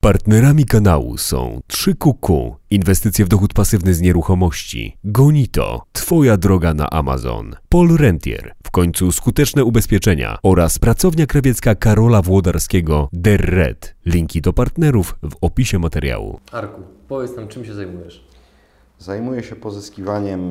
Partnerami kanału są 3QQ, inwestycje w dochód pasywny z nieruchomości, Gonito, Twoja droga na Amazon, Pol Rentier, w końcu skuteczne ubezpieczenia oraz pracownia krawiecka Karola Włodarskiego Der Red. Linki do partnerów w opisie materiału. Arku, powiedz nam, czym się zajmujesz? Zajmuję się pozyskiwaniem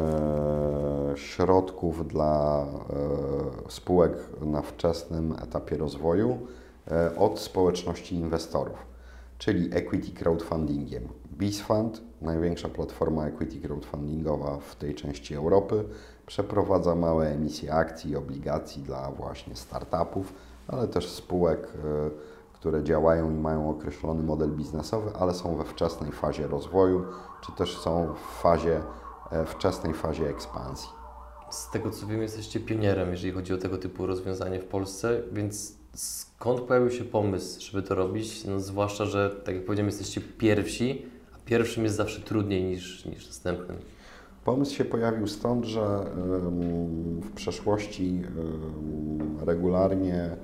środków dla spółek na wczesnym etapie rozwoju od społeczności inwestorów, czyli equity crowdfundingiem. BizFund, największa platforma equity crowdfundingowa w tej części Europy, przeprowadza małe emisje akcji i obligacji dla właśnie startupów, ale też spółek, które działają i mają określony model biznesowy, ale są we wczesnej fazie rozwoju, czy też są w wczesnej fazie ekspansji. Z tego co wiem, jesteście pionierem, jeżeli chodzi o tego typu rozwiązanie w Polsce, więc skąd pojawił się pomysł, żeby to robić? No, zwłaszcza, że tak jak powiedziałem, jesteście pierwsi, a pierwszym jest zawsze trudniej niż następnym. Pomysł się pojawił stąd, że w przeszłości regularnie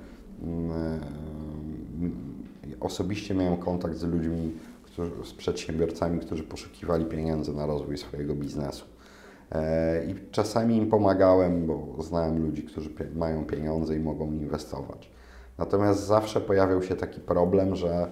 osobiście miałem kontakt z ludźmi, z przedsiębiorcami, którzy poszukiwali pieniędzy na rozwój swojego biznesu. I czasami im pomagałem, bo znałem ludzi, którzy mają pieniądze i mogą inwestować. Natomiast zawsze pojawiał się taki problem, że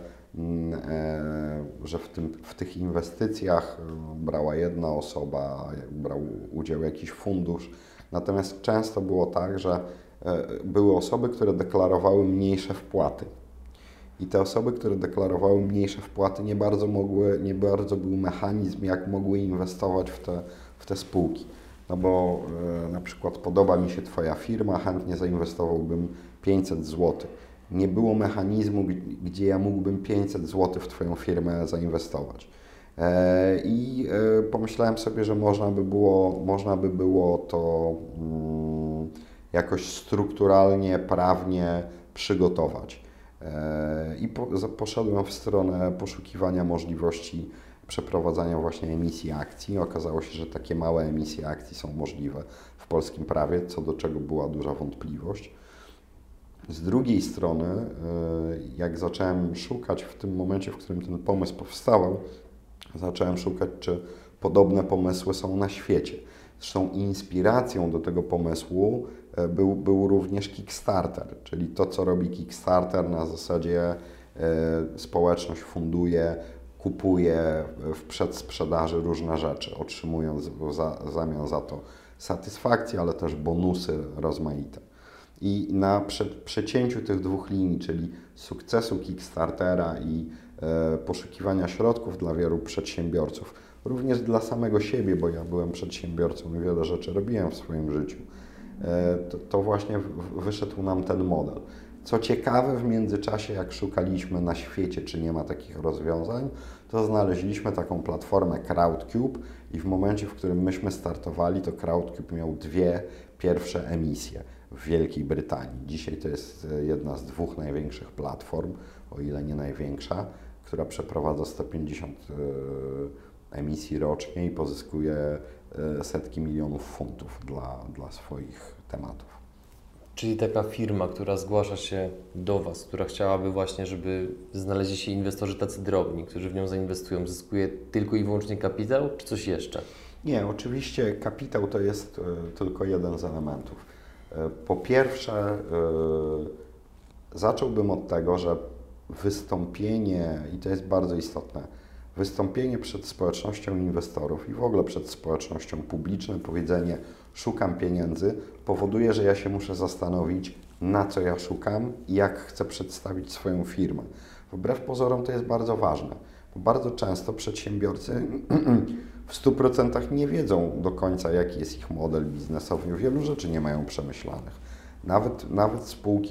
w tych inwestycjach brała jedna osoba, brał udział jakiś fundusz. Natomiast często było tak, że były osoby, które deklarowały mniejsze wpłaty. I te osoby, które deklarowały mniejsze wpłaty, nie bardzo był mechanizm, jak mogły inwestować w te spółki. No bo na przykład podoba mi się Twoja firma, chętnie zainwestowałbym 500 zł. Nie było mechanizmu, gdzie ja mógłbym 500 zł w Twoją firmę zainwestować. I pomyślałem sobie, że można by było to jakoś strukturalnie, prawnie przygotować. I poszedłem w stronę poszukiwania możliwości przeprowadzania właśnie emisji akcji. Okazało się, że takie małe emisje akcji są możliwe w polskim prawie, co do czego była duża wątpliwość. Z drugiej strony, jak zacząłem szukać w tym momencie, w którym ten pomysł powstawał, zacząłem szukać, czy podobne pomysły są na świecie. Zresztą inspiracją do tego pomysłu był również Kickstarter, czyli to, co robi Kickstarter na zasadzie społeczność funduje, kupuje w przedsprzedaży różne rzeczy, otrzymując w zamian za to satysfakcję, ale też bonusy rozmaite. I na przecięciu tych dwóch linii, czyli sukcesu Kickstartera i poszukiwania środków dla wielu przedsiębiorców, również dla samego siebie, bo ja byłem przedsiębiorcą i wiele rzeczy robiłem w swoim życiu, to właśnie wyszedł nam ten model. Co ciekawe, w międzyczasie, jak szukaliśmy na świecie, czy nie ma takich rozwiązań, to znaleźliśmy taką platformę Crowdcube i w momencie, w którym myśmy startowali, to Crowdcube miał dwie pierwsze emisje w Wielkiej Brytanii. Dzisiaj to jest jedna z dwóch największych platform, o ile nie największa, która przeprowadza 150 emisji rocznie i pozyskuje setki milionów funtów dla swoich tematów. Czyli taka firma, która zgłasza się do Was, która chciałaby właśnie, żeby znaleźli się inwestorzy tacy drobni, którzy w nią zainwestują, zyskuje tylko i wyłącznie kapitał, czy coś jeszcze? Nie, oczywiście kapitał to jest tylko jeden z elementów. Po pierwsze, zacząłbym od tego, że wystąpienie, i to jest bardzo istotne, wystąpienie przed społecznością inwestorów i w ogóle przed społecznością publiczną, powiedzenie szukam pieniędzy, powoduje, że ja się muszę zastanowić, na co ja szukam i jak chcę przedstawić swoją firmę. Wbrew pozorom to jest bardzo ważne, bo bardzo często przedsiębiorcy w 100% nie wiedzą do końca, jaki jest ich model biznesowy. Wielu rzeczy nie mają przemyślanych. Nawet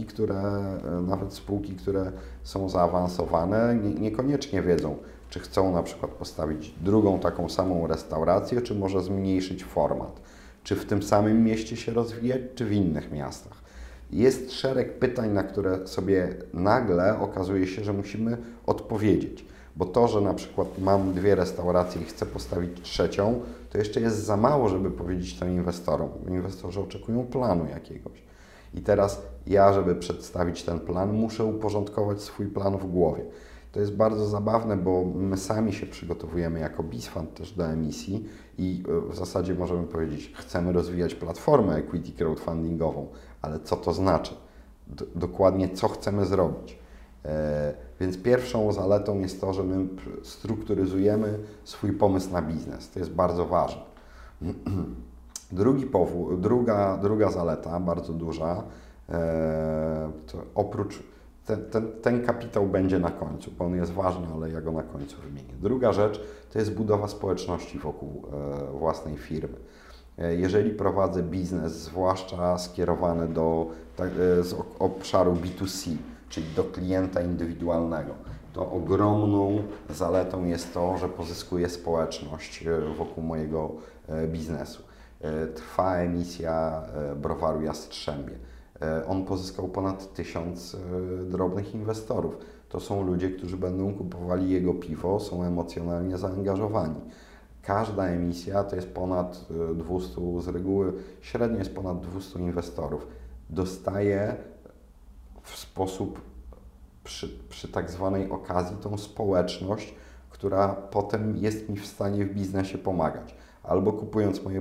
spółki, które są zaawansowane, niekoniecznie wiedzą, czy chcą na przykład postawić drugą taką samą restaurację, czy może zmniejszyć format. Czy w tym samym mieście się rozwijać, czy w innych miastach. Jest szereg pytań, na które sobie nagle okazuje się, że musimy odpowiedzieć. Bo to, że na przykład mam dwie restauracje i chcę postawić trzecią, to jeszcze jest za mało, żeby powiedzieć to inwestorom. Inwestorzy oczekują planu jakiegoś. I teraz ja, żeby przedstawić ten plan, muszę uporządkować swój plan w głowie. To jest bardzo zabawne, bo my sami się przygotowujemy jako BizFund też do emisji i w zasadzie możemy powiedzieć, chcemy rozwijać platformę equity crowdfundingową, ale co to znaczy? Dokładnie co chcemy zrobić. Więc pierwszą zaletą jest to, że my strukturyzujemy swój pomysł na biznes. To jest bardzo ważne. Druga zaleta, bardzo duża, to oprócz ten kapitał będzie na końcu, bo on jest ważny, ale ja go na końcu wymienię. Druga rzecz to jest budowa społeczności wokół własnej firmy. Jeżeli prowadzę biznes, zwłaszcza skierowany z obszaru B2C, czyli do klienta indywidualnego, to ogromną zaletą jest to, że pozyskuję społeczność wokół mojego biznesu. Trwa emisja browaru Jastrzębie. On pozyskał ponad 1000 drobnych inwestorów. To są ludzie, którzy będą kupowali jego piwo, są emocjonalnie zaangażowani. Każda emisja to jest ponad 200, z reguły średnio jest ponad 200 inwestorów. Dostaję w sposób przy tak zwanej okazji tą społeczność, która potem jest mi w stanie w biznesie pomagać. Albo kupując moje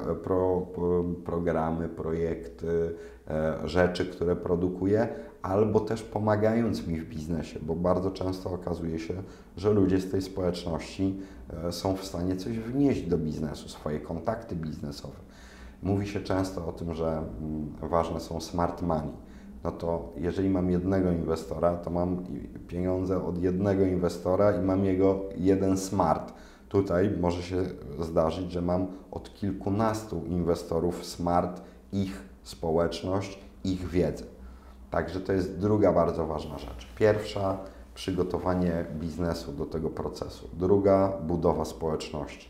programy, projekty, rzeczy, które produkuję, albo też pomagając mi w biznesie, bo bardzo często okazuje się, że ludzie z tej społeczności są w stanie coś wnieść do biznesu, swoje kontakty biznesowe. Mówi się często o tym, że ważne są smart money. No to jeżeli mam jednego inwestora, to mam pieniądze od jednego inwestora i mam jego jeden smart. Tutaj może się zdarzyć, że mam od kilkunastu inwestorów smart, ich społeczność, ich wiedzę. Także to jest druga bardzo ważna rzecz. Pierwsza, przygotowanie biznesu do tego procesu. Druga, budowa społeczności.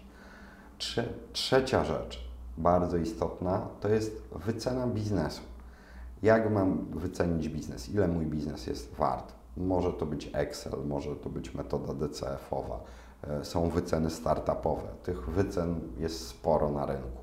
Trzecia rzecz, bardzo istotna, to jest wycena biznesu. Jak mam wycenić biznes? Ile mój biznes jest wart? Może to być Excel, może to być metoda DCF-owa. Są wyceny startupowe. Tych wycen jest sporo na rynku.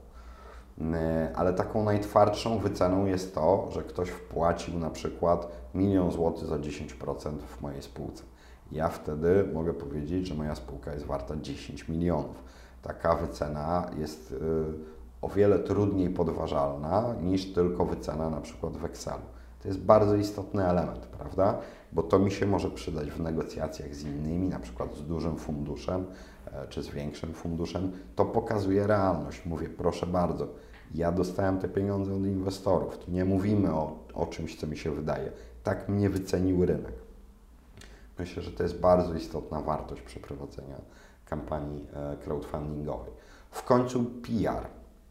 Ale taką najtwardszą wyceną jest to, że ktoś wpłacił na przykład 1 000 000 złotych za 10% w mojej spółce. Ja wtedy mogę powiedzieć, że moja spółka jest warta 10 milionów. Taka wycena jest o wiele trudniej podważalna niż tylko wycena na przykład w Excelu. To jest bardzo istotny element, prawda? Bo to mi się może przydać w negocjacjach z innymi, na przykład z dużym funduszem czy z większym funduszem. To pokazuje realność. Mówię, proszę bardzo, ja dostałem te pieniądze od inwestorów. Tu nie mówimy o czymś, co mi się wydaje. Tak mnie wycenił rynek. Myślę, że to jest bardzo istotna wartość przeprowadzenia kampanii crowdfundingowej. W końcu PR.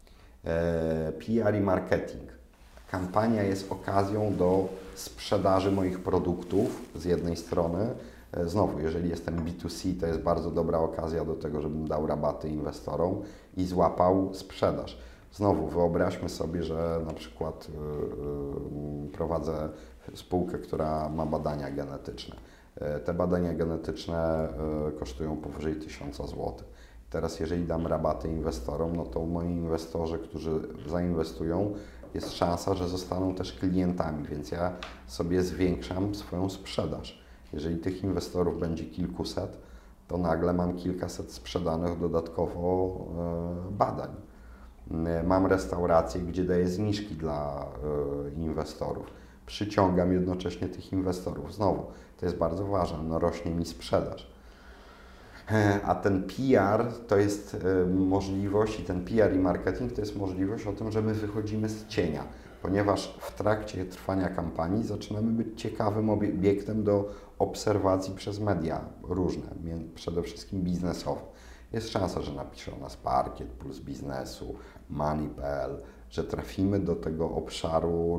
PR i marketing. Kampania jest okazją do sprzedaży moich produktów z jednej strony. Znowu, jeżeli jestem B2C, to jest bardzo dobra okazja do tego, żebym dał rabaty inwestorom i złapał sprzedaż. Znowu, wyobraźmy sobie, że na przykład prowadzę spółkę, która ma badania genetyczne. Te badania genetyczne kosztują powyżej 1000 zł. Teraz jeżeli dam rabaty inwestorom, no to moi inwestorzy, którzy zainwestują, jest szansa, że zostaną też klientami, więc ja sobie zwiększam swoją sprzedaż. Jeżeli tych inwestorów będzie kilkuset, to nagle mam kilkaset sprzedanych dodatkowo badań. Mam restaurację, gdzie daję zniżki dla inwestorów. Przyciągam jednocześnie tych inwestorów. Znowu, to jest bardzo ważne, no rośnie mi sprzedaż. A ten PR to jest możliwość i ten PR i marketing to jest możliwość o tym, że my wychodzimy z cienia, ponieważ w trakcie trwania kampanii zaczynamy być ciekawym obiektem do obserwacji przez media różne, przede wszystkim biznesowe. Jest szansa, że napiszą nas Parkiet, Puls Biznesu, Money.pl, że trafimy do tego obszaru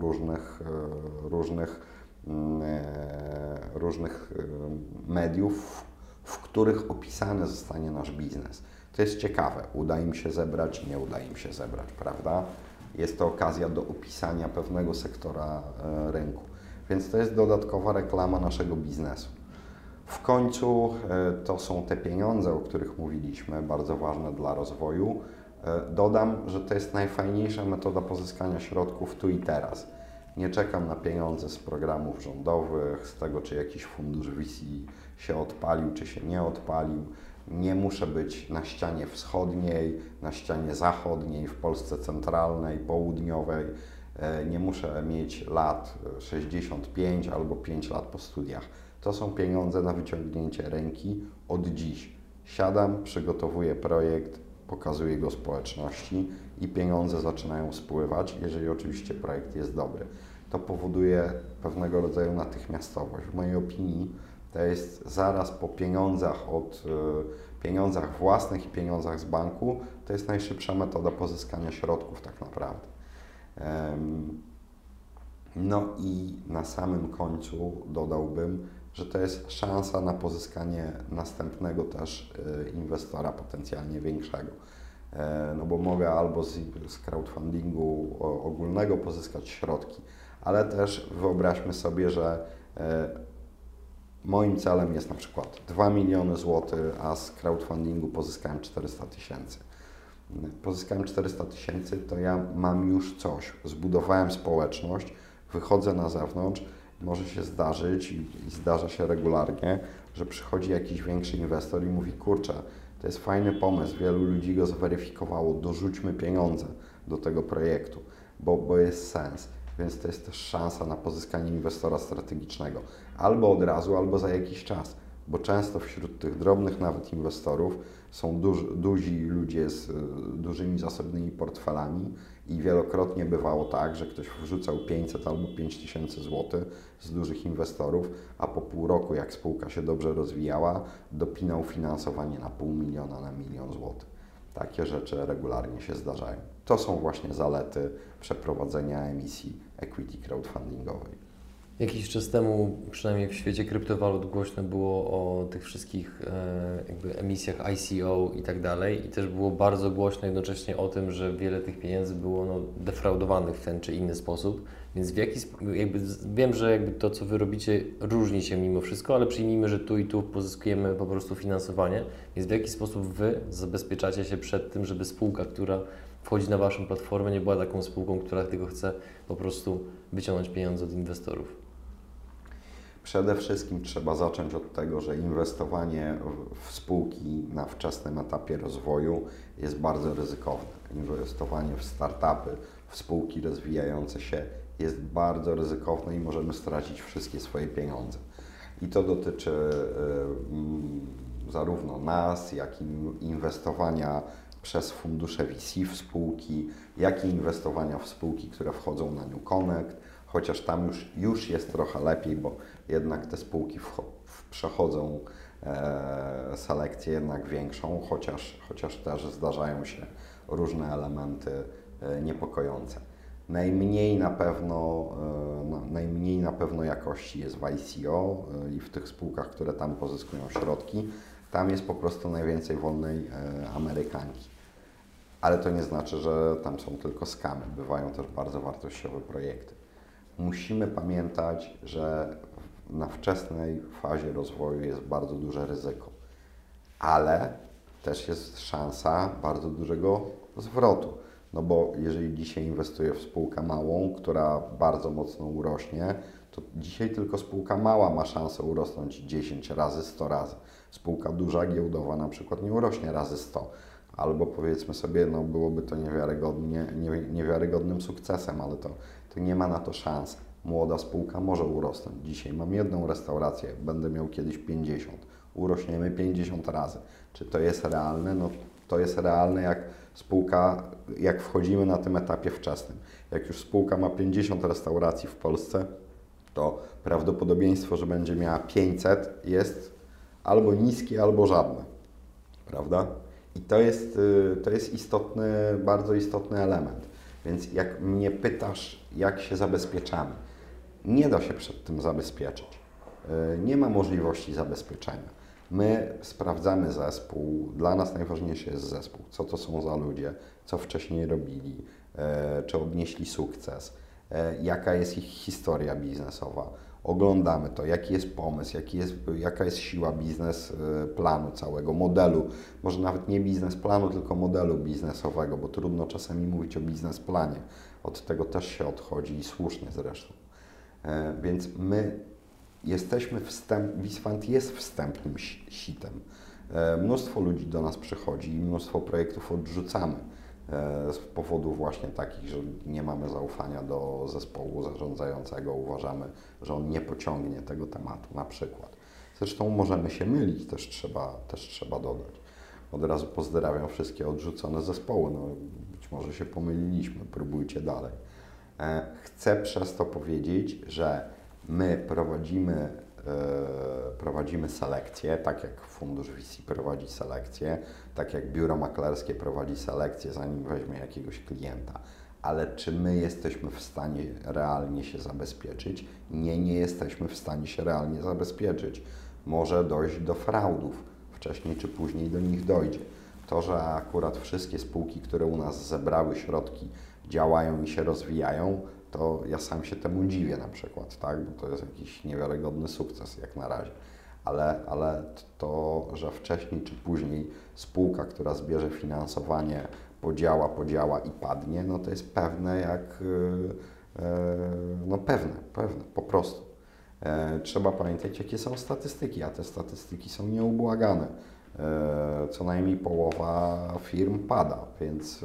różnych mediów, w których opisany zostanie nasz biznes. To jest ciekawe. Uda im się zebrać, nie uda im się zebrać, prawda? Jest to okazja do opisania pewnego sektora rynku. Więc to jest dodatkowa reklama naszego biznesu. W końcu to są te pieniądze, o których mówiliśmy, bardzo ważne dla rozwoju. Dodam, że to jest najfajniejsza metoda pozyskania środków tu i teraz. Nie czekam na pieniądze z programów rządowych, z tego, czy jakiś fundusz VC się odpalił, czy się nie odpalił. Nie muszę być na ścianie wschodniej, na ścianie zachodniej, w Polsce centralnej, południowej. Nie muszę mieć lat 65 albo 5 lat po studiach. To są pieniądze na wyciągnięcie ręki od dziś. Siadam, przygotowuję projekt, pokazuję go społeczności i pieniądze zaczynają spływać, jeżeli oczywiście projekt jest dobry. To powoduje pewnego rodzaju natychmiastowość. W mojej opinii to jest zaraz po pieniądzach własnych i pieniądzach z banku, to jest najszybsza metoda pozyskania środków tak naprawdę. No i na samym końcu dodałbym, że to jest szansa na pozyskanie następnego też inwestora potencjalnie większego. No bo mogę albo z crowdfundingu ogólnego pozyskać środki, ale też wyobraźmy sobie, że moim celem jest na przykład 2 miliony złotych, a z crowdfundingu pozyskałem 400 tysięcy. Pozyskałem 400 tysięcy, to ja mam już coś, zbudowałem społeczność, wychodzę na zewnątrz, może się zdarzyć i zdarza się regularnie, że przychodzi jakiś większy inwestor i mówi, kurczę, to jest fajny pomysł, wielu ludzi go zweryfikowało, dorzućmy pieniądze do tego projektu, bo jest sens. Więc to jest też szansa na pozyskanie inwestora strategicznego. Albo od razu, albo za jakiś czas. Bo często wśród tych drobnych nawet inwestorów są duzi ludzie z dużymi zasobnymi portfelami i wielokrotnie bywało tak, że ktoś wrzucał 500 albo 5000 złotych z dużych inwestorów, a po pół roku, jak spółka się dobrze rozwijała, dopinał finansowanie na 500 000, na 1 000 000 złotych. Takie rzeczy regularnie się zdarzają. To są właśnie zalety przeprowadzenia emisji equity crowdfundingowej. Jakiś czas temu, przynajmniej w świecie kryptowalut, głośno było o tych wszystkich jakby emisjach ICO i tak dalej. I też było bardzo głośno jednocześnie o tym, że wiele tych pieniędzy było defraudowanych w ten czy inny sposób. Więc wiem, że jakby to, co Wy robicie, różni się mimo wszystko, ale przyjmijmy, że tu i tu pozyskujemy po prostu finansowanie. Więc w jaki sposób Wy zabezpieczacie się przed tym, żeby spółka, która wchodzi na Waszą platformę, nie była taką spółką, która tylko chce po prostu wyciągnąć pieniądze od inwestorów? Przede wszystkim trzeba zacząć od tego, że inwestowanie w spółki na wczesnym etapie rozwoju jest bardzo ryzykowne. Inwestowanie w startupy, w spółki rozwijające się jest bardzo ryzykowne i możemy stracić wszystkie swoje pieniądze. I to dotyczy zarówno nas, jak i inwestowania przez fundusze VC w spółki, jak i inwestowania w spółki, które wchodzą na New Connect, chociaż tam już jest trochę lepiej, bo jednak te spółki przechodzą selekcję jednak większą, chociaż też zdarzają się różne elementy niepokojące. Najmniej na pewno jakości jest w ICO i w tych spółkach, które tam pozyskują środki. Tam jest po prostu najwięcej wolnej amerykanki. Ale to nie znaczy, że tam są tylko skamy. Bywają też bardzo wartościowe projekty. Musimy pamiętać, że na wczesnej fazie rozwoju jest bardzo duże ryzyko, ale też jest szansa bardzo dużego zwrotu. No bo jeżeli dzisiaj inwestuję w spółkę małą, która bardzo mocno urośnie, to dzisiaj tylko spółka mała ma szansę urosnąć 10 razy, 100 razy. Spółka duża, giełdowa na przykład nie urośnie razy 100. Albo powiedzmy sobie, no byłoby to niewiarygodnym sukcesem, ale to nie ma na to szans. Młoda spółka może urosnąć. Dzisiaj mam jedną restaurację, będę miał kiedyś 50. Urośniemy 50 razy. Czy to jest realne? No to jest realne jak wchodzimy na tym etapie wczesnym. Jak już spółka ma 50 restauracji w Polsce, to prawdopodobieństwo, że będzie miała 500 jest albo niskie, albo żadne. Prawda? I to jest bardzo istotny element. Więc jak mnie pytasz, jak się zabezpieczamy, nie da się przed tym zabezpieczyć. Nie ma możliwości zabezpieczenia. My sprawdzamy zespół, dla nas najważniejszy jest zespół, co to są za ludzie, co wcześniej robili, czy odnieśli sukces, jaka jest ich historia biznesowa. oglądamy to, jaki jest pomysł, jaka jest siła biznesplanu całego, modelu, może nawet nie biznesplanu, tylko modelu biznesowego, bo trudno czasami mówić o biznesplanie. Od tego też się odchodzi i słusznie zresztą. Więc my jesteśmy BizFund jest wstępnym sitem. Mnóstwo ludzi do nas przychodzi i mnóstwo projektów odrzucamy z powodów właśnie takich, że nie mamy zaufania do zespołu zarządzającego, uważamy, że on nie pociągnie tego tematu na przykład. Zresztą możemy się mylić, też trzeba dodać. Od razu pozdrawiam wszystkie odrzucone zespoły, no, być może się pomyliliśmy, próbujcie dalej. Chcę przez to powiedzieć, że my prowadzimy selekcję, tak jak fundusz VC prowadzi selekcję, tak jak biuro maklerskie prowadzi selekcję, zanim weźmie jakiegoś klienta. Ale czy my jesteśmy w stanie realnie się zabezpieczyć? Nie jesteśmy w stanie się realnie zabezpieczyć. Może dojść do fraudów, wcześniej czy później do nich dojdzie. To, że akurat wszystkie spółki, które u nas zebrały środki, działają i się rozwijają, to ja sam się temu dziwię na przykład, tak? Bo to jest jakiś niewiarygodny sukces jak na razie. Ale to, że wcześniej czy później spółka, która zbierze finansowanie, podziała i padnie, no to jest pewne jak, no pewne, po prostu. Trzeba pamiętać, jakie są statystyki, a te statystyki są nieubłagane. Co najmniej połowa firm pada, więc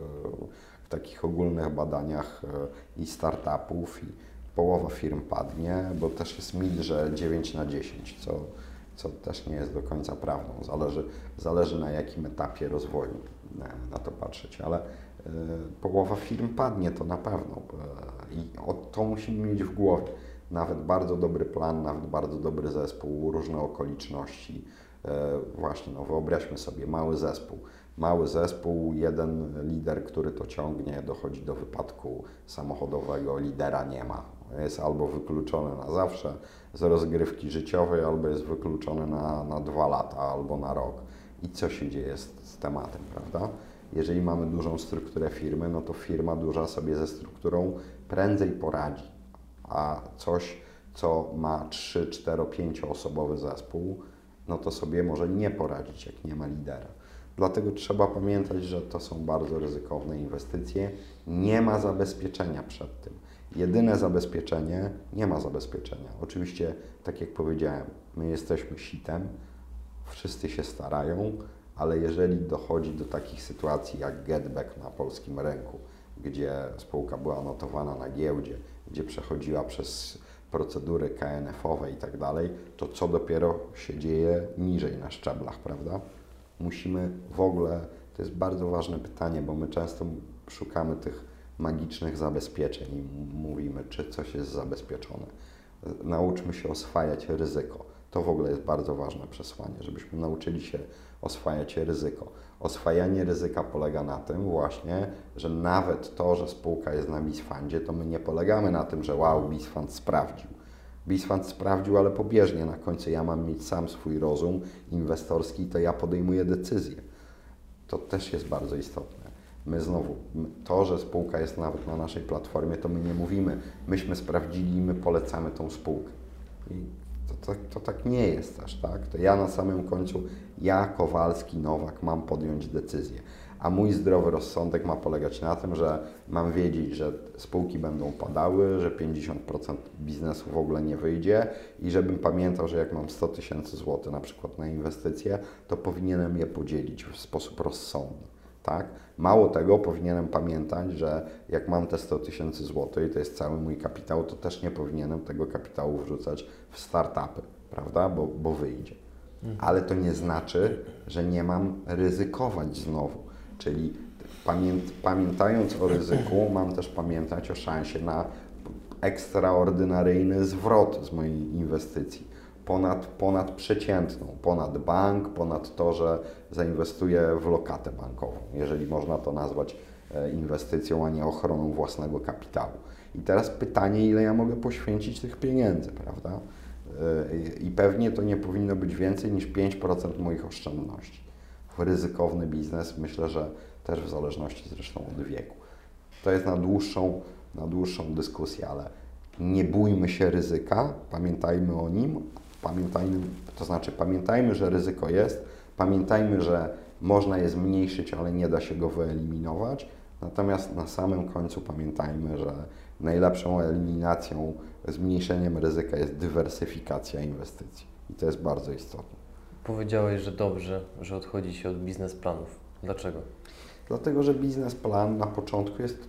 w takich ogólnych badaniach i startupów i połowa firm padnie, bo też jest mit, że 9 na 10, co też nie jest do końca prawdą. Zależy na jakim etapie rozwoju na to patrzeć, ale połowa firm padnie, to na pewno i to musimy mieć w głowie. Nawet bardzo dobry plan, nawet bardzo dobry zespół, różne okoliczności. Właśnie, no wyobraźmy sobie mały zespół, jeden lider, który to ciągnie, dochodzi do wypadku samochodowego, lidera nie ma. Jest albo wykluczony na zawsze z rozgrywki życiowej, albo jest wykluczony na 2 lata, albo na rok. I co się dzieje z tematem, prawda? Jeżeli mamy dużą strukturę firmy, no to firma duża sobie ze strukturą prędzej poradzi, a coś, co ma 3, 4, 5 osobowy zespół, no to sobie może nie poradzić, jak nie ma lidera. Dlatego trzeba pamiętać, że to są bardzo ryzykowne inwestycje. Nie ma zabezpieczenia przed tym. Jedyne zabezpieczenie, nie ma zabezpieczenia. Oczywiście, tak jak powiedziałem, my jesteśmy sitem, wszyscy się starają, ale jeżeli dochodzi do takich sytuacji jak Getback na polskim rynku, gdzie spółka była notowana na giełdzie, gdzie przechodziła przez procedury KNF-owe i tak dalej, to co dopiero się dzieje niżej na szczeblach, prawda? Musimy w ogóle, to jest bardzo ważne pytanie, bo my często szukamy tych magicznych zabezpieczeń i mówimy, czy coś jest zabezpieczone. Nauczmy się oswajać ryzyko. To w ogóle jest bardzo ważne przesłanie, żebyśmy nauczyli się oswajać ryzyko. Oswajanie ryzyka polega na tym właśnie, że nawet to, że spółka jest na BizFundzie, to my nie polegamy na tym, że wow, BizFund sprawdził. BizFund sprawdził, ale pobieżnie. Na końcu ja mam mieć sam swój rozum inwestorski i to ja podejmuję decyzję. To też jest bardzo istotne. My znowu, to, że spółka jest nawet na naszej platformie, to my nie mówimy, myśmy sprawdzili i my polecamy tą spółkę. I to tak nie jest też, tak? To ja na samym końcu, ja, Kowalski, Nowak, mam podjąć decyzję. A mój zdrowy rozsądek ma polegać na tym, że mam wiedzieć, że spółki będą padały, że 50% biznesu w ogóle nie wyjdzie i żebym pamiętał, że jak mam 100 000 złotych na przykład na inwestycje, to powinienem je podzielić w sposób rozsądny. Tak? Mało tego, powinienem pamiętać, że jak mam te 100 000 złotych i to jest cały mój kapitał, to też nie powinienem tego kapitału wrzucać w startupy, prawda? Bo wyjdzie. Ale to nie znaczy, że nie mam ryzykować znowu. Czyli pamiętając o ryzyku, mam też pamiętać o szansie na ekstraordynaryjny zwrot z mojej inwestycji. Ponadprzeciętną, ponad bank, ponad to, że zainwestuję w lokatę bankową, jeżeli można to nazwać inwestycją, a nie ochroną własnego kapitału. I teraz pytanie, ile ja mogę poświęcić tych pieniędzy, prawda? I pewnie to nie powinno być więcej niż 5% moich oszczędności. Ryzykowny biznes, myślę, że też w zależności zresztą od wieku. To jest na dłuższą dyskusję, ale nie bójmy się ryzyka, pamiętajmy o nim, pamiętajmy, że ryzyko jest, pamiętajmy, że można je zmniejszyć, ale nie da się go wyeliminować. Natomiast na samym końcu pamiętajmy, że najlepszą eliminacją, zmniejszeniem ryzyka jest dywersyfikacja inwestycji. I to jest bardzo istotne. Powiedziałeś, że dobrze, że odchodzi się od biznesplanów. Dlaczego? Dlatego, że biznesplan na początku jest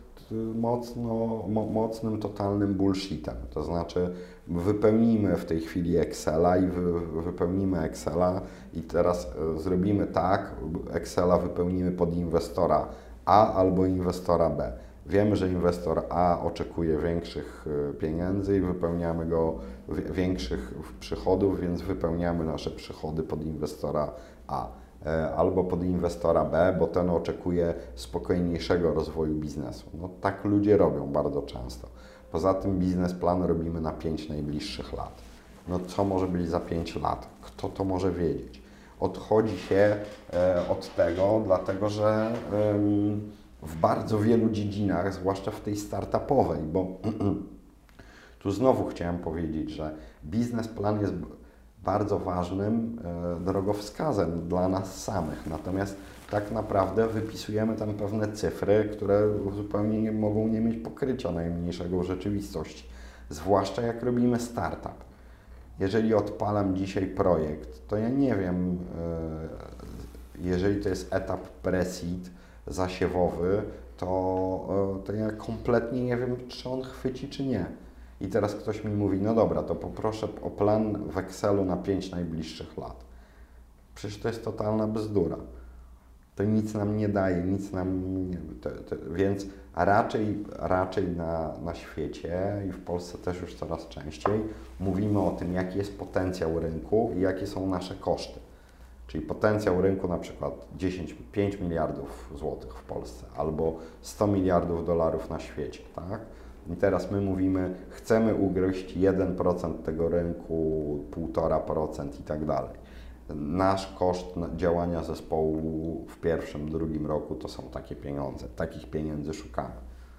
mocnym, totalnym bullshitem. To znaczy wypełnimy w tej chwili Excela i wypełnimy Excela i teraz zrobimy tak, Excela wypełnimy pod inwestora A albo inwestora B. Wiemy, że inwestor A oczekuje większych pieniędzy i wypełniamy go większych przychodów, więc wypełniamy nasze przychody pod inwestora A. Albo pod inwestora B, bo ten oczekuje spokojniejszego rozwoju biznesu. No, tak ludzie robią bardzo często. Poza tym biznesplan robimy na 5 najbliższych lat. No co może być za 5 lat? Kto to może wiedzieć? Odchodzi się od tego, dlatego że w bardzo wielu dziedzinach, zwłaszcza w tej startupowej, bo tu znowu chciałem powiedzieć, że biznesplan jest bardzo ważnym drogowskazem dla nas samych. Natomiast tak naprawdę wypisujemy tam pewne cyfry, które zupełnie nie mogą nie mieć pokrycia najmniejszego w rzeczywistości. Zwłaszcza jak robimy startup. Jeżeli odpalam dzisiaj projekt, to ja nie wiem, jeżeli to jest etap pre-seed, zasiewowy, to ja kompletnie nie wiem, czy on chwyci, czy nie. I teraz ktoś mi mówi, no dobra, to poproszę o plan w Excelu na 5 najbliższych lat. Przecież to jest totalna bzdura. To nic nam nie daje, nic nam nie... Więc raczej na świecie i w Polsce też już coraz częściej mówimy o tym, jaki jest potencjał rynku i jakie są nasze koszty. Czyli potencjał rynku na przykład 5 miliardów złotych w Polsce albo 100 miliardów dolarów na świecie, tak? I teraz my mówimy, chcemy ugryźć 1% tego rynku, 1,5% i tak dalej. Nasz koszt działania zespołu w pierwszym, drugim roku to są takie pieniądze, takich pieniędzy szukamy.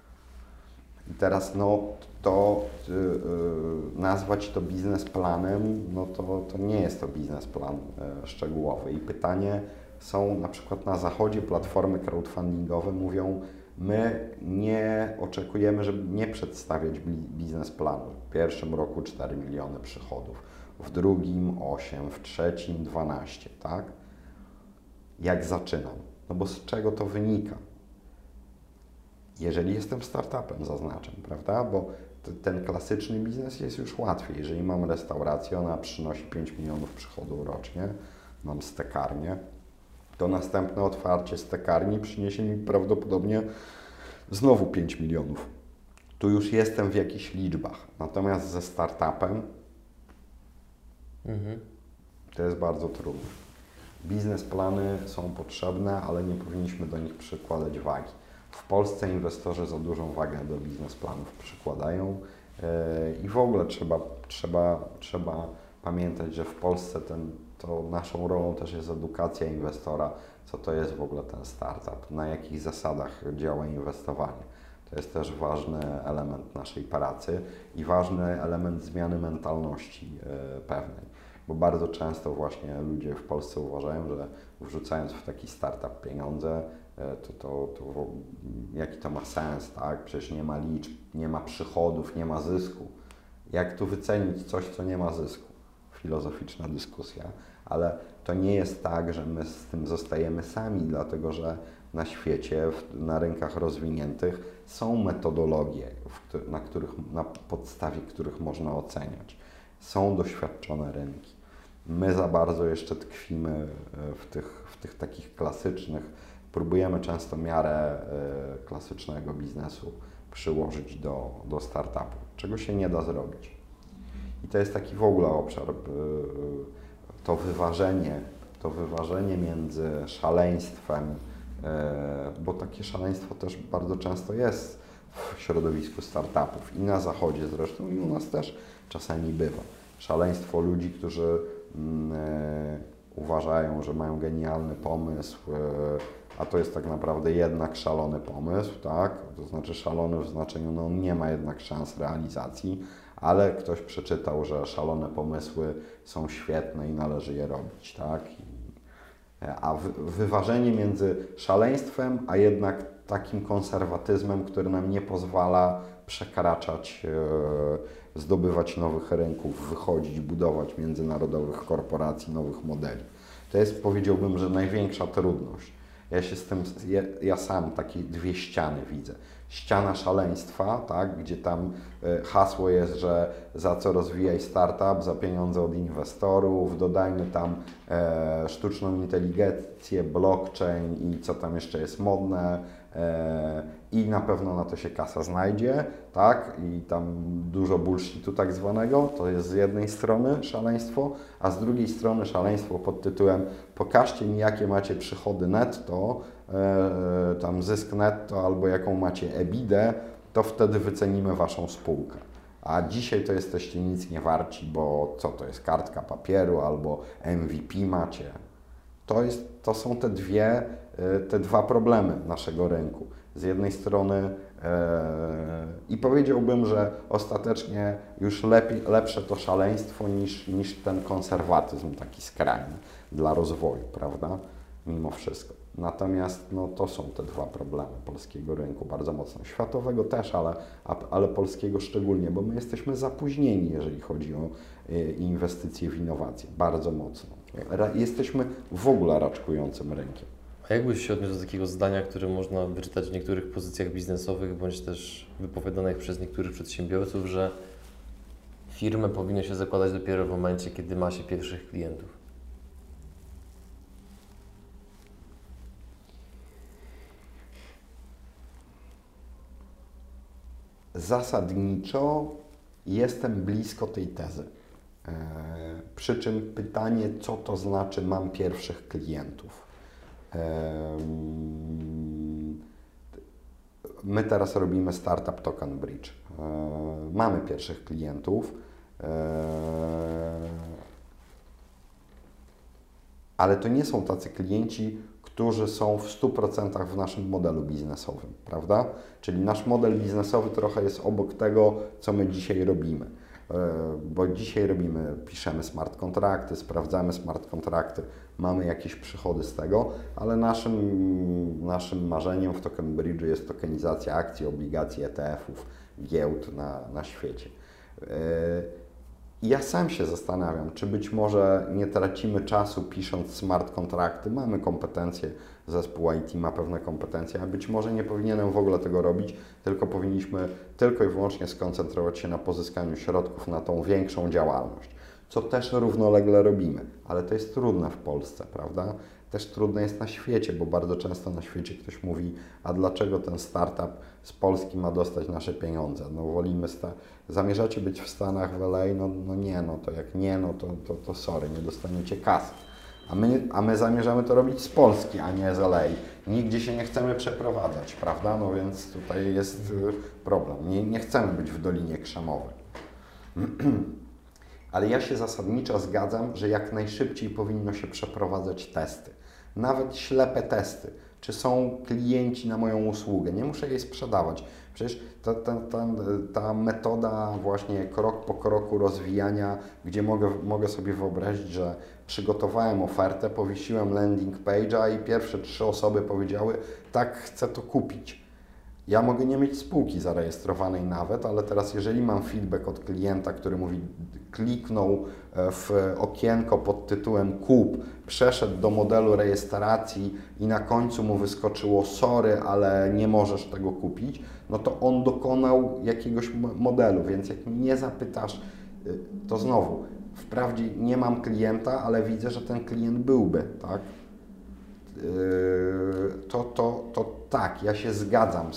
I teraz nazwać to biznesplanem, no to nie jest to biznesplan szczegółowy. I pytanie są na przykład na zachodzie platformy crowdfundingowe mówią, my nie oczekujemy, żeby nie przedstawiać biznesplanu. W pierwszym roku 4 miliony przychodów, w drugim 8, w trzecim 12, tak? Jak zaczynam? No bo z czego to wynika? Jeżeli jestem startupem, zaznaczam, prawda? Bo ten klasyczny biznes jest już łatwiej. Jeżeli mam restaurację, ona przynosi 5 milionów przychodów rocznie, mam stekarnię, to następne otwarcie stekarni przyniesie mi prawdopodobnie znowu 5 milionów. Tu już jestem w jakichś liczbach. Natomiast ze startupem to jest bardzo trudne. Biznesplany są potrzebne, ale nie powinniśmy do nich przykładać wagi. W Polsce inwestorzy za dużą wagę do biznesplanów przykładają i w ogóle trzeba pamiętać, że w Polsce to naszą rolą też jest edukacja inwestora, co to jest w ogóle ten startup, na jakich zasadach działa inwestowanie. To jest też ważny element naszej pracy i ważny element zmiany mentalności pewnej, bo bardzo często właśnie ludzie w Polsce uważają, że wrzucając w taki startup pieniądze, to jaki to ma sens, tak? Przecież nie ma liczb, nie ma przychodów, nie ma zysku. Jak tu wycenić coś, co nie ma zysku? Filozoficzna dyskusja, ale to nie jest tak, że my z tym zostajemy sami, dlatego że na świecie, na rynkach rozwiniętych są metodologie, na podstawie których można oceniać. Są doświadczone rynki. My za bardzo jeszcze tkwimy w tych takich klasycznych, próbujemy często miarę klasycznego biznesu przyłożyć do startupu, czego się nie da zrobić. I to jest taki w ogóle obszar, to wyważenie między szaleństwem, bo takie szaleństwo też bardzo często jest w środowisku startupów i na zachodzie zresztą i u nas też czasami bywa. Szaleństwo ludzi, którzy uważają, że mają genialny pomysł, a to jest tak naprawdę jednak szalony pomysł, tak? To znaczy szalony w znaczeniu, no on nie ma jednak szans realizacji, ale ktoś przeczytał, że szalone pomysły są świetne i należy je robić, tak? A wyważenie między szaleństwem, a jednak takim konserwatyzmem, który nam nie pozwala przekraczać, zdobywać nowych rynków, wychodzić, budować międzynarodowych korporacji, nowych modeli. To jest, powiedziałbym, że największa trudność. Ja sam takie dwie ściany widzę. Ściana szaleństwa, tak, gdzie tam hasło jest, że za co rozwijaj startup, za pieniądze od inwestorów, dodajmy tam sztuczną inteligencję, blockchain i co tam jeszcze jest modne i na pewno na to się kasa znajdzie, tak, i tam dużo bullshitu tak zwanego, to jest z jednej strony szaleństwo, a z drugiej strony szaleństwo pod tytułem pokażcie mi jakie macie przychody netto, tam zysk netto albo jaką macie EBITDA, to wtedy wycenimy Waszą spółkę. A dzisiaj to jesteście nic nie warci, bo co to jest kartka papieru albo MVP macie. To są te dwa problemy naszego rynku. Z jednej strony i powiedziałbym, że ostatecznie już lepsze to szaleństwo niż ten konserwatyzm taki skrajny dla rozwoju, prawda? Mimo wszystko. Natomiast no, to są te dwa problemy polskiego rynku, bardzo mocno światowego też, ale polskiego szczególnie, bo my jesteśmy zapóźnieni, jeżeli chodzi o inwestycje w innowacje, bardzo mocno. Jesteśmy w ogóle raczkującym rynkiem. A jak byś się odniósł do takiego zdania, które można wyczytać w niektórych pozycjach biznesowych, bądź też wypowiadanych przez niektórych przedsiębiorców, że firmę powinno się zakładać dopiero w momencie, kiedy ma się pierwszych klientów? Zasadniczo jestem blisko tej tezy. Przy czym pytanie, co to znaczy mam pierwszych klientów? My teraz robimy Startup Token Bridge. Mamy pierwszych klientów, ale to nie są tacy klienci, którzy są w 100% w naszym modelu biznesowym, prawda? Czyli nasz model biznesowy trochę jest obok tego, co my dzisiaj robimy. Bo dzisiaj piszemy smart kontrakty, sprawdzamy smart kontrakty, mamy jakieś przychody z tego, ale naszym marzeniem w Token Bridge jest tokenizacja akcji, obligacji, ETF-ów, giełd na świecie. Ja sam się zastanawiam, czy być może nie tracimy czasu pisząc smart kontrakty, mamy kompetencje, zespół IT ma pewne kompetencje, a być może nie powinienem w ogóle tego robić, tylko powinniśmy tylko i wyłącznie skoncentrować się na pozyskaniu środków na tą większą działalność, co też równolegle robimy, ale to jest trudne w Polsce, prawda? Też trudne jest na świecie, bo bardzo często na świecie ktoś mówi, a dlaczego ten startup z Polski ma dostać nasze pieniądze? No wolimy, zamierzacie być w Stanach, w LA? No nie, no to jak nie, no to sorry, nie dostaniecie kasy. A my zamierzamy to robić z Polski, a nie z LA. Nigdzie się nie chcemy przeprowadzać, prawda? No więc tutaj jest problem. Nie chcemy być w Dolinie Krzemowej. Ale ja się zasadniczo zgadzam, że jak najszybciej powinno się przeprowadzać testy. Nawet ślepe testy. Czy są klienci na moją usługę? Nie muszę jej sprzedawać. Przecież ta metoda właśnie krok po kroku rozwijania, gdzie mogę sobie wyobrazić, że przygotowałem ofertę, powiesiłem landing page'a i pierwsze 3 osoby powiedziały, tak, chcę to kupić. Ja mogę nie mieć spółki zarejestrowanej nawet, ale teraz jeżeli mam feedback od klienta, który mówi, kliknął w okienko pod tytułem kup, przeszedł do modelu rejestracji i na końcu mu wyskoczyło sorry, ale nie możesz tego kupić, no to on dokonał jakiegoś modelu, więc jak mnie zapytasz, to znowu, wprawdzie nie mam klienta, ale widzę, że ten klient byłby, tak? To tak, ja się zgadzam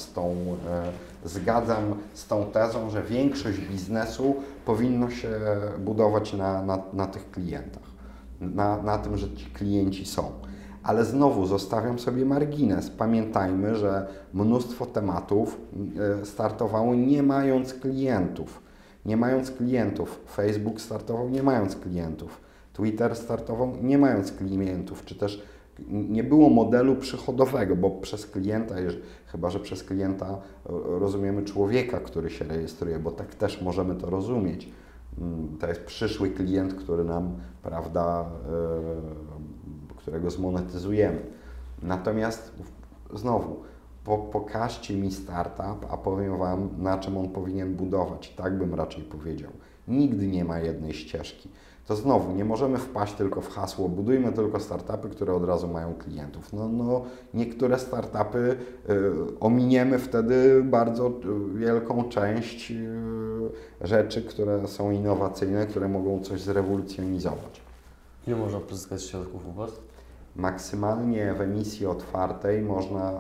z tą tezą, że większość biznesu powinno się budować na tych klientach, na tym, że ci klienci są. Ale znowu zostawiam sobie margines. Pamiętajmy, że mnóstwo tematów startowało nie mając klientów. Facebook startował nie mając klientów. Twitter startował nie mając klientów, czy też nie było modelu przychodowego, bo przez klienta, chyba że przez klienta rozumiemy człowieka, który się rejestruje, bo tak też możemy to rozumieć. To jest przyszły klient, który nam, prawda, którego zmonetyzujemy. Natomiast znowu, pokażcie mi startup, a powiem Wam, na czym on powinien budować. Tak bym raczej powiedział. Nigdy nie ma jednej ścieżki. To znowu, nie możemy wpaść tylko w hasło, budujmy tylko startupy, które od razu mają klientów. No niektóre startupy ominiemy wtedy bardzo wielką część rzeczy, które są innowacyjne, które mogą coś zrewolucjonizować. Ile można pozyskać środków u Was? Maksymalnie w emisji otwartej można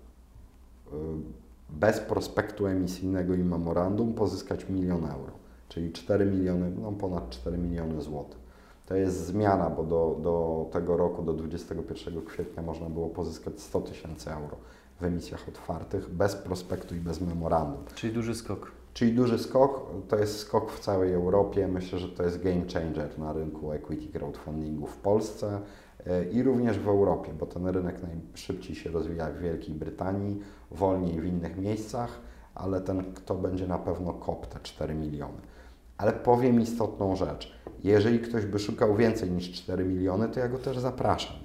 bez prospektu emisyjnego i memorandum pozyskać 1 000 000 euro, czyli 4 miliony, no ponad 4 miliony złotych. To jest zmiana, bo do tego roku, do 21 kwietnia można było pozyskać 100 000 euro w emisjach otwartych, bez prospektu i bez memorandum. Czyli duży skok. Czyli duży skok, to jest skok w całej Europie. Myślę, że to jest game changer na rynku equity crowdfundingu w Polsce i również w Europie, bo ten rynek najszybciej się rozwija w Wielkiej Brytanii, wolniej w innych miejscach, ale to będzie na pewno kop te 4 miliony. Ale powiem istotną rzecz. Jeżeli ktoś by szukał więcej niż 4 miliony, to ja go też zapraszam.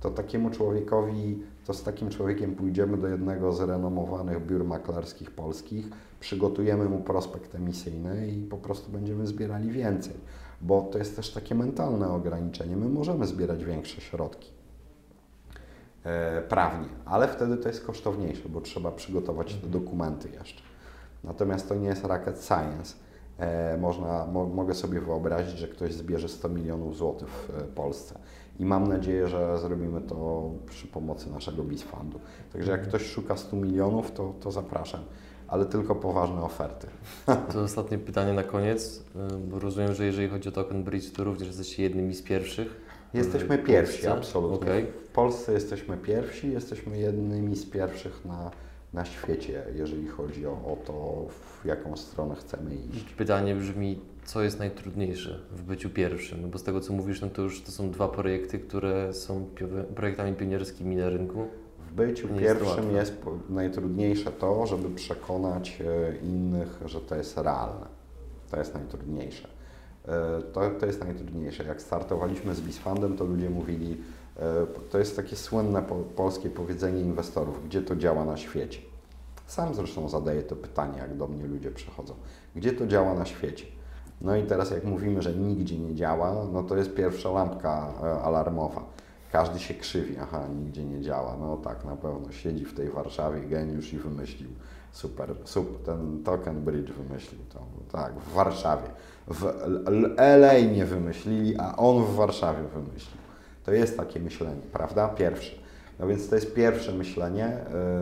To z takim człowiekiem pójdziemy do jednego z renomowanych biur maklerskich polskich, przygotujemy mu prospekt emisyjny i po prostu będziemy zbierali więcej, bo to jest też takie mentalne ograniczenie. My możemy zbierać większe środki prawnie, ale wtedy to jest kosztowniejsze, bo trzeba przygotować te dokumenty jeszcze. Natomiast to nie jest rocket science. Mogę sobie wyobrazić, że ktoś zbierze 100 milionów złotych w Polsce i mam nadzieję, że zrobimy to przy pomocy naszego BizFundu. Także jak ktoś szuka 100 milionów, to zapraszam, ale tylko poważne oferty. To ostatnie pytanie na koniec, bo rozumiem, że jeżeli chodzi o Token Bridge, to również jesteście jednymi z pierwszych. Jesteśmy pierwsi, absolutnie. Okay. W Polsce jesteśmy pierwsi, jesteśmy jednymi z pierwszych na świecie, jeżeli chodzi o to, w jaką stronę chcemy iść. Pytanie brzmi, co jest najtrudniejsze w byciu pierwszym? No bo z tego, co mówisz, no to są dwa projekty, które są projektami pionierskimi na rynku. W byciu pierwszym jest najtrudniejsze to, żeby przekonać innych, że to jest realne. To jest najtrudniejsze. To jest najtrudniejsze. Jak startowaliśmy z BizFundem, to ludzie mówili, to jest takie słynne polskie powiedzenie inwestorów, gdzie to działa na świecie. Sam zresztą zadaję to pytanie, jak do mnie ludzie przychodzą. Gdzie to działa na świecie? No i teraz jak mówimy, że nigdzie nie działa, no to jest pierwsza lampka alarmowa. Każdy się krzywi, aha, nigdzie nie działa. No tak, na pewno siedzi w tej Warszawie geniusz i wymyślił super, ten Token Bridge wymyślił to. Tak, w Warszawie. W LA nie wymyślili, a on w Warszawie wymyślił. To jest takie myślenie, prawda? Pierwsze. No więc to jest pierwsze myślenie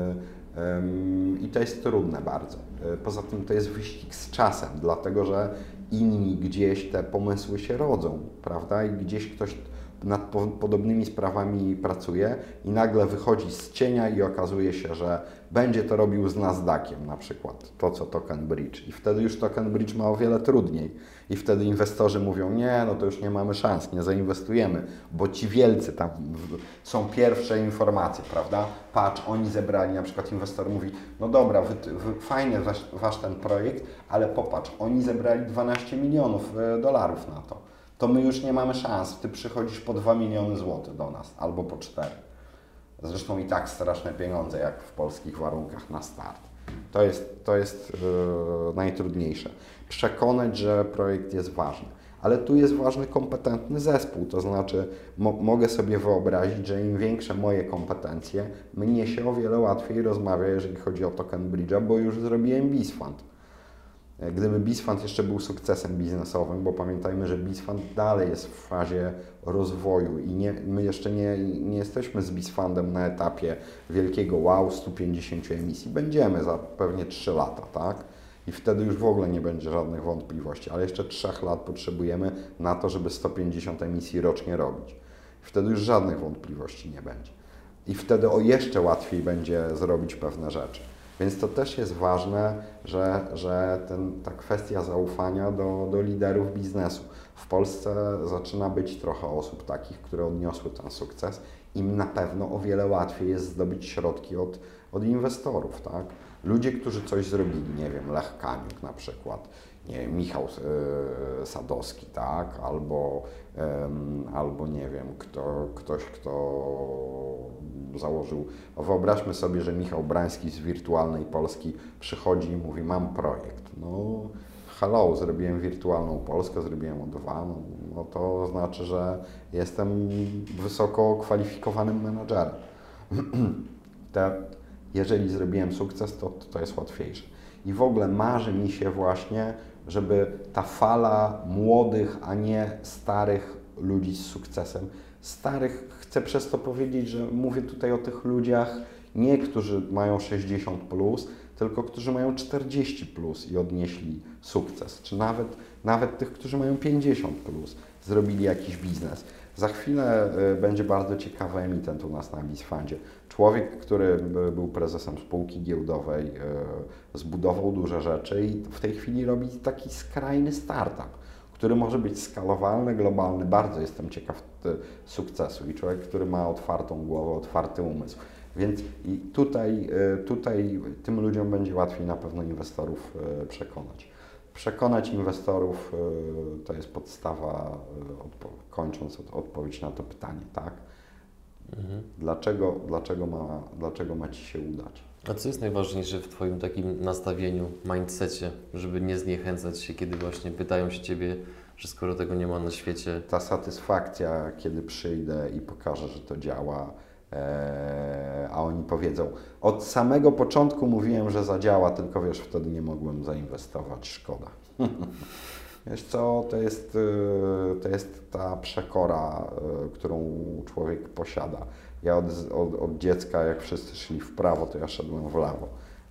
i to jest trudne bardzo. Poza tym to jest wyścig z czasem, dlatego że inni gdzieś te pomysły się rodzą, prawda? I gdzieś ktoś nad podobnymi sprawami pracuje i nagle wychodzi z cienia i okazuje się, że będzie to robił z Nasdaqiem na przykład, to co Token Bridge. I wtedy już Token Bridge ma o wiele trudniej. I wtedy inwestorzy mówią, nie, no to już nie mamy szans, nie zainwestujemy, bo ci wielcy tam są pierwsze informacje, prawda? Patrz, oni zebrali, na przykład inwestor mówi, no dobra, fajny wasz ten projekt, ale popatrz, oni zebrali 12 milionów dolarów na to. To my już nie mamy szans. Ty przychodzisz po 2 miliony złotych do nas, albo po 4. Zresztą i tak straszne pieniądze, jak w polskich warunkach na start. To jest najtrudniejsze. Przekonać, że projekt jest ważny. Ale tu jest ważny kompetentny zespół, to znaczy mogę sobie wyobrazić, że im większe moje kompetencje, mnie się o wiele łatwiej rozmawia, jeżeli chodzi o Token Bridge'a, bo już zrobiłem BizFund. Gdyby BizFund jeszcze był sukcesem biznesowym, bo pamiętajmy, że BizFund dalej jest w fazie rozwoju i my jeszcze nie jesteśmy z BizFundem na etapie wielkiego wow, 150 emisji. Będziemy za pewnie 3 lata, tak? I wtedy już w ogóle nie będzie żadnych wątpliwości, ale jeszcze 3 lat potrzebujemy na to, żeby 150 emisji rocznie robić. Wtedy już żadnych wątpliwości nie będzie. I wtedy jeszcze łatwiej będzie zrobić pewne rzeczy. Więc to też jest ważne, że ta kwestia zaufania do liderów biznesu. W Polsce zaczyna być trochę osób takich, które odniosły ten sukces. Im na pewno o wiele łatwiej jest zdobyć środki od inwestorów, tak? Ludzie, którzy coś zrobili, nie wiem, Lech Kaniuk na przykład, nie wiem, Michał Sadowski, tak? Albo nie wiem, ktoś, kto założył. Wyobraźmy sobie, że Michał Brański z Wirtualnej Polski przychodzi i mówi: mam projekt. No, hello, zrobiłem Wirtualną Polskę, zrobiłem O2, no to znaczy, że jestem wysoko kwalifikowanym menadżerem. Jeżeli zrobiłem sukces, to jest łatwiejsze. I w ogóle marzy mi się właśnie, żeby ta fala młodych, a nie starych ludzi z sukcesem. Starych, chcę przez to powiedzieć, że mówię tutaj o tych ludziach, nie którzy mają 60 plus, tylko którzy mają 40 plus i odnieśli sukces, czy nawet tych, którzy mają 50 plus, zrobili jakiś biznes. Za chwilę będzie bardzo ciekawy emitent u nas na BizFundzie. Człowiek, który był prezesem spółki giełdowej, zbudował duże rzeczy i w tej chwili robi taki skrajny startup, który może być skalowalny, globalny. Bardzo jestem ciekaw sukcesu i człowiek, który ma otwartą głowę, otwarty umysł. Więc i tutaj tym ludziom będzie łatwiej na pewno inwestorów przekonać. Przekonać inwestorów to jest podstawa, kończąc odpowiedź na to pytanie, tak? Mhm. Dlaczego ma Ci się udać? A co jest najważniejsze w Twoim takim nastawieniu, mindsetie, żeby nie zniechęcać się, kiedy właśnie pytają się Ciebie, że skoro tego nie ma na świecie... Ta satysfakcja, kiedy przyjdę i pokażę, że to działa, a oni powiedzą: od samego początku mówiłem, że zadziała, tylko wiesz, wtedy nie mogłem zainwestować, szkoda. Wiesz co, to jest ta przekora, którą człowiek posiada. Ja od dziecka, jak wszyscy szli w prawo, to ja szedłem w lewo.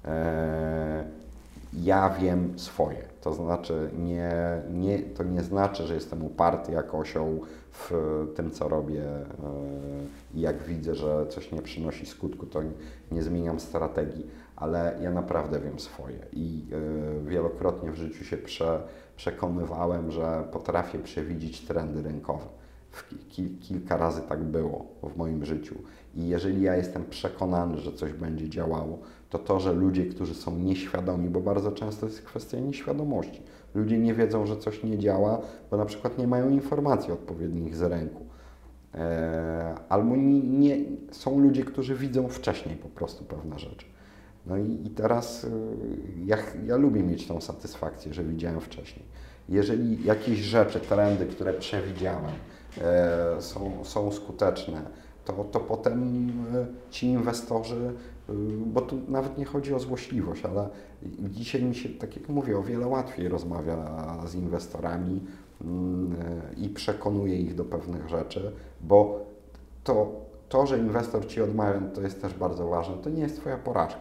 Ja wiem swoje, to znaczy to nie znaczy, że jestem uparty jak osioł w tym, co robię i jak widzę, że coś nie przynosi skutku, to nie zmieniam strategii, ale ja naprawdę wiem swoje i wielokrotnie w życiu się przekonywałem, że potrafię przewidzieć trendy rynkowe. Kilka razy tak było w moim życiu i jeżeli ja jestem przekonany, że coś będzie działało, to, że ludzie, którzy są nieświadomi, bo bardzo często jest kwestia nieświadomości. Ludzie nie wiedzą, że coś nie działa, bo na przykład nie mają informacji odpowiednich z rynku. Albo są ludzie, którzy widzą wcześniej po prostu pewne rzeczy. No i teraz ja lubię mieć tą satysfakcję, że widziałem wcześniej. Jeżeli jakieś rzeczy, trendy, które przewidziałem, są skuteczne, to potem ci inwestorzy, bo tu nawet nie chodzi o złośliwość, ale dzisiaj mi się, tak jak mówię, o wiele łatwiej rozmawia z inwestorami i przekonuje ich do pewnych rzeczy, bo to, że inwestor Ci odmawia, to jest też bardzo ważne, to nie jest Twoja porażka.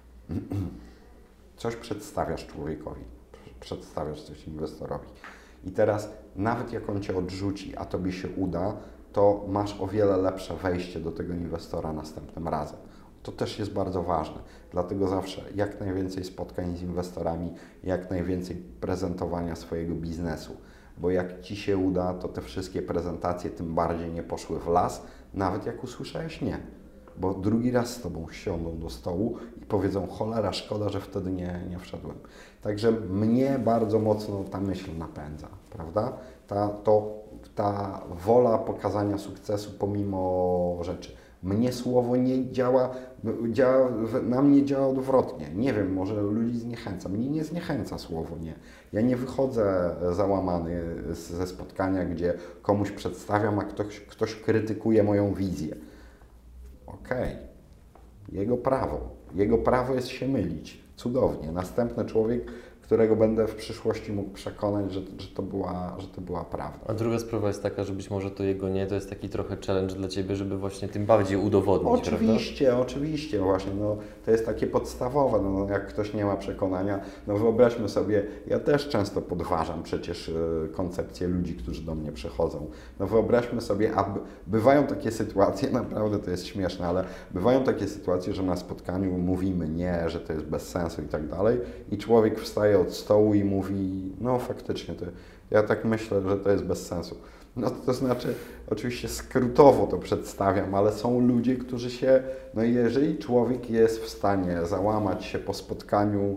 Coś przedstawiasz człowiekowi, przedstawiasz coś inwestorowi. I teraz nawet jak on Cię odrzuci, a Tobie się uda, to masz o wiele lepsze wejście do tego inwestora następnym razem. To też jest bardzo ważne. Dlatego zawsze jak najwięcej spotkań z inwestorami, jak najwięcej prezentowania swojego biznesu. Bo jak Ci się uda, to te wszystkie prezentacje tym bardziej nie poszły w las, nawet jak usłyszałeś nie. Bo drugi raz z Tobą siądą do stołu i powiedzą: cholera, szkoda, że wtedy nie wszedłem. Także mnie bardzo mocno ta myśl napędza, prawda? Ta wola pokazania sukcesu pomimo rzeczy. Mnie słowo nie działa, na mnie działa odwrotnie. Nie wiem, może ludzi zniechęca. Mnie nie zniechęca słowo nie. Ja nie wychodzę załamany ze spotkania, gdzie komuś przedstawiam, a ktoś krytykuje moją wizję. Okej, jego prawo. Jego prawo jest się mylić. Cudownie. Następny człowiek, którego będę w przyszłości mógł przekonać, że to była prawda. A druga sprawa jest taka, że być może to jego nie, to jest taki trochę challenge dla Ciebie, żeby właśnie tym bardziej udowodnić, Oczywiście, właśnie, no, to jest takie podstawowe, no, jak ktoś nie ma przekonania, no wyobraźmy sobie, ja też często podważam przecież koncepcję ludzi, którzy do mnie przychodzą. No wyobraźmy sobie, bywają takie sytuacje, naprawdę to jest śmieszne, ale bywają takie sytuacje, że na spotkaniu mówimy nie, że to jest bez sensu i tak dalej i człowiek wstaje od stołu i mówi, no faktycznie, ja tak myślę, że to jest bez sensu. No to znaczy, oczywiście skrótowo to przedstawiam, ale są ludzie, którzy się, no jeżeli człowiek jest w stanie załamać się po spotkaniu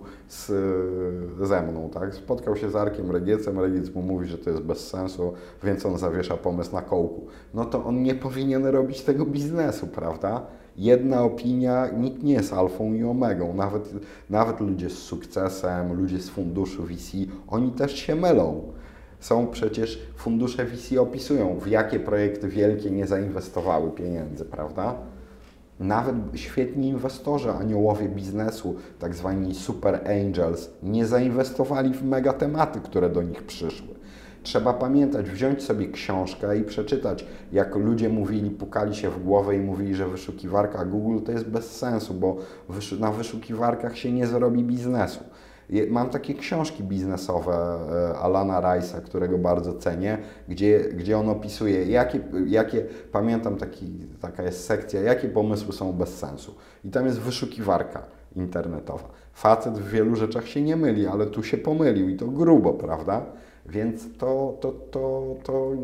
ze mną, tak, spotkał się z Arkiem Regiecem, Regiec mu mówi, że to jest bez sensu, więc on zawiesza pomysł na kołku, no to on nie powinien robić tego biznesu, prawda? Jedna opinia, nikt nie jest alfą i omegą, nawet ludzie z sukcesem, ludzie z funduszu VC, oni też się mylą. Są przecież, fundusze VC opisują, w jakie projekty wielkie nie zainwestowały pieniędzy, prawda? Nawet świetni inwestorzy, aniołowie biznesu, tak zwani super angels, nie zainwestowali w mega tematy, które do nich przyszły. Trzeba pamiętać, wziąć sobie książkę i przeczytać, jak ludzie mówili, pukali się w głowę i mówili, że wyszukiwarka Google to jest bez sensu, bo na wyszukiwarkach się nie zrobi biznesu. Mam takie książki biznesowe Alana Rice'a, którego bardzo cenię, gdzie on opisuje, pamiętam taka jest sekcja, jakie pomysły są bez sensu. I tam jest wyszukiwarka internetowa. Facet w wielu rzeczach się nie myli, ale tu się pomylił i to grubo, prawda? Więc to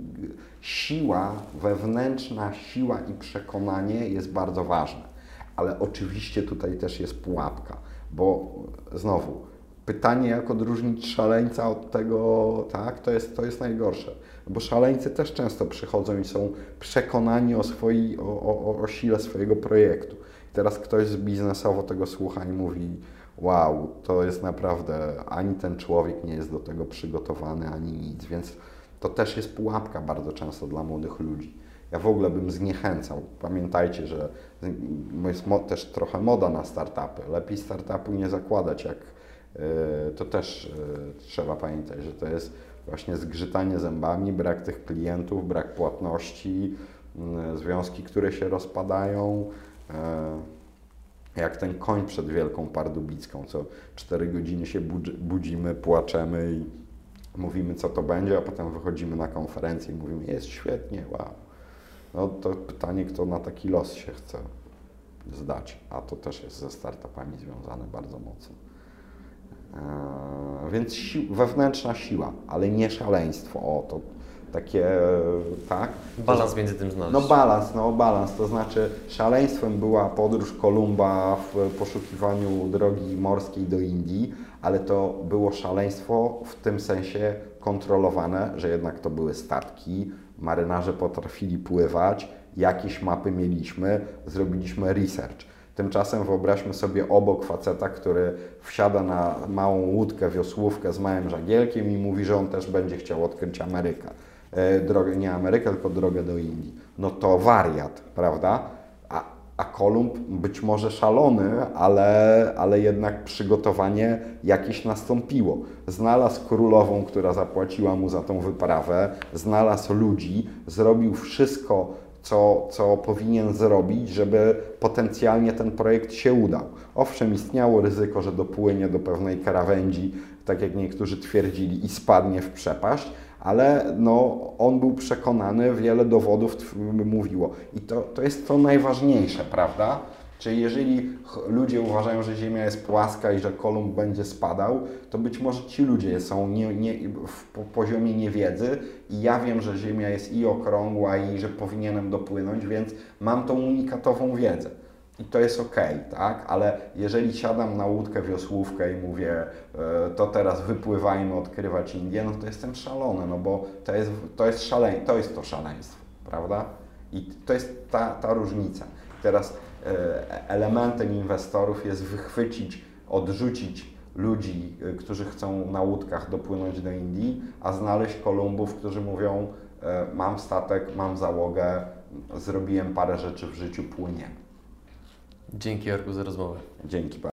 siła, wewnętrzna siła i przekonanie jest bardzo ważne. Ale oczywiście tutaj też jest pułapka, bo znowu, pytanie jak odróżnić szaleńca od tego, tak, to jest najgorsze. Bo szaleńcy też często przychodzą i są przekonani o sile swojego projektu. I teraz ktoś z biznesowo tego słucha i mówi, wow, to jest naprawdę, ani ten człowiek nie jest do tego przygotowany, ani nic, więc to też jest pułapka bardzo często dla młodych ludzi. Ja w ogóle bym zniechęcał. Pamiętajcie, że jest też trochę moda na startupy. Lepiej startupu nie zakładać, to też trzeba pamiętać, że to jest właśnie zgrzytanie zębami, brak tych klientów, brak płatności, związki, które się rozpadają. Jak ten koń przed Wielką Pardubicką, co 4 godziny się budzimy, płaczemy i mówimy, co to będzie, a potem wychodzimy na konferencję i mówimy, jest świetnie, wow. No to pytanie, kto na taki los się chce zdać, a to też jest ze startupami związane bardzo mocno. Więc wewnętrzna siła, ale nie szaleństwo, to takie, tak? Balans między tym znaleźć. Balans, to znaczy szaleństwem była podróż Kolumba w poszukiwaniu drogi morskiej do Indii, ale to było szaleństwo w tym sensie kontrolowane, że jednak to były statki, marynarze potrafili pływać, jakieś mapy mieliśmy, zrobiliśmy research. Tymczasem wyobraźmy sobie obok faceta, który wsiada na małą łódkę, wiosłówkę z małym żagielkiem i mówi, że on też będzie chciał odkryć Amerykę. Nie Amerykę, tylko drogę do Indii. No to wariat, prawda? A Kolumb być może szalony, ale jednak przygotowanie jakieś nastąpiło. Znalazł królową, która zapłaciła mu za tą wyprawę, znalazł ludzi, zrobił wszystko, co powinien zrobić, żeby potencjalnie ten projekt się udał. Owszem, istniało ryzyko, że dopłynie do pewnej krawędzi, tak jak niektórzy twierdzili, i spadnie w przepaść, ale on był przekonany, wiele dowodów mówiło. I to jest to najważniejsze, prawda? Czyli jeżeli ludzie uważają, że Ziemia jest płaska i że Kolumb będzie spadał, to być może ci ludzie są w poziomie niewiedzy i ja wiem, że Ziemia jest i okrągła i że powinienem dopłynąć, więc mam tą unikatową wiedzę. I to jest okej, tak? Ale jeżeli siadam na łódkę, wiosłówkę i mówię, to teraz wypływajmy odkrywać Indię, no to jestem szalony, no bo to jest to szaleństwo, prawda? I to jest ta różnica. Teraz elementem inwestorów jest odrzucić ludzi, którzy chcą na łódkach dopłynąć do Indii, a znaleźć Kolumbów, którzy mówią, mam statek, mam załogę, zrobiłem parę rzeczy w życiu, płyniemy. Dzięki, Jarku, za rozmowę. Dzięki bardzo.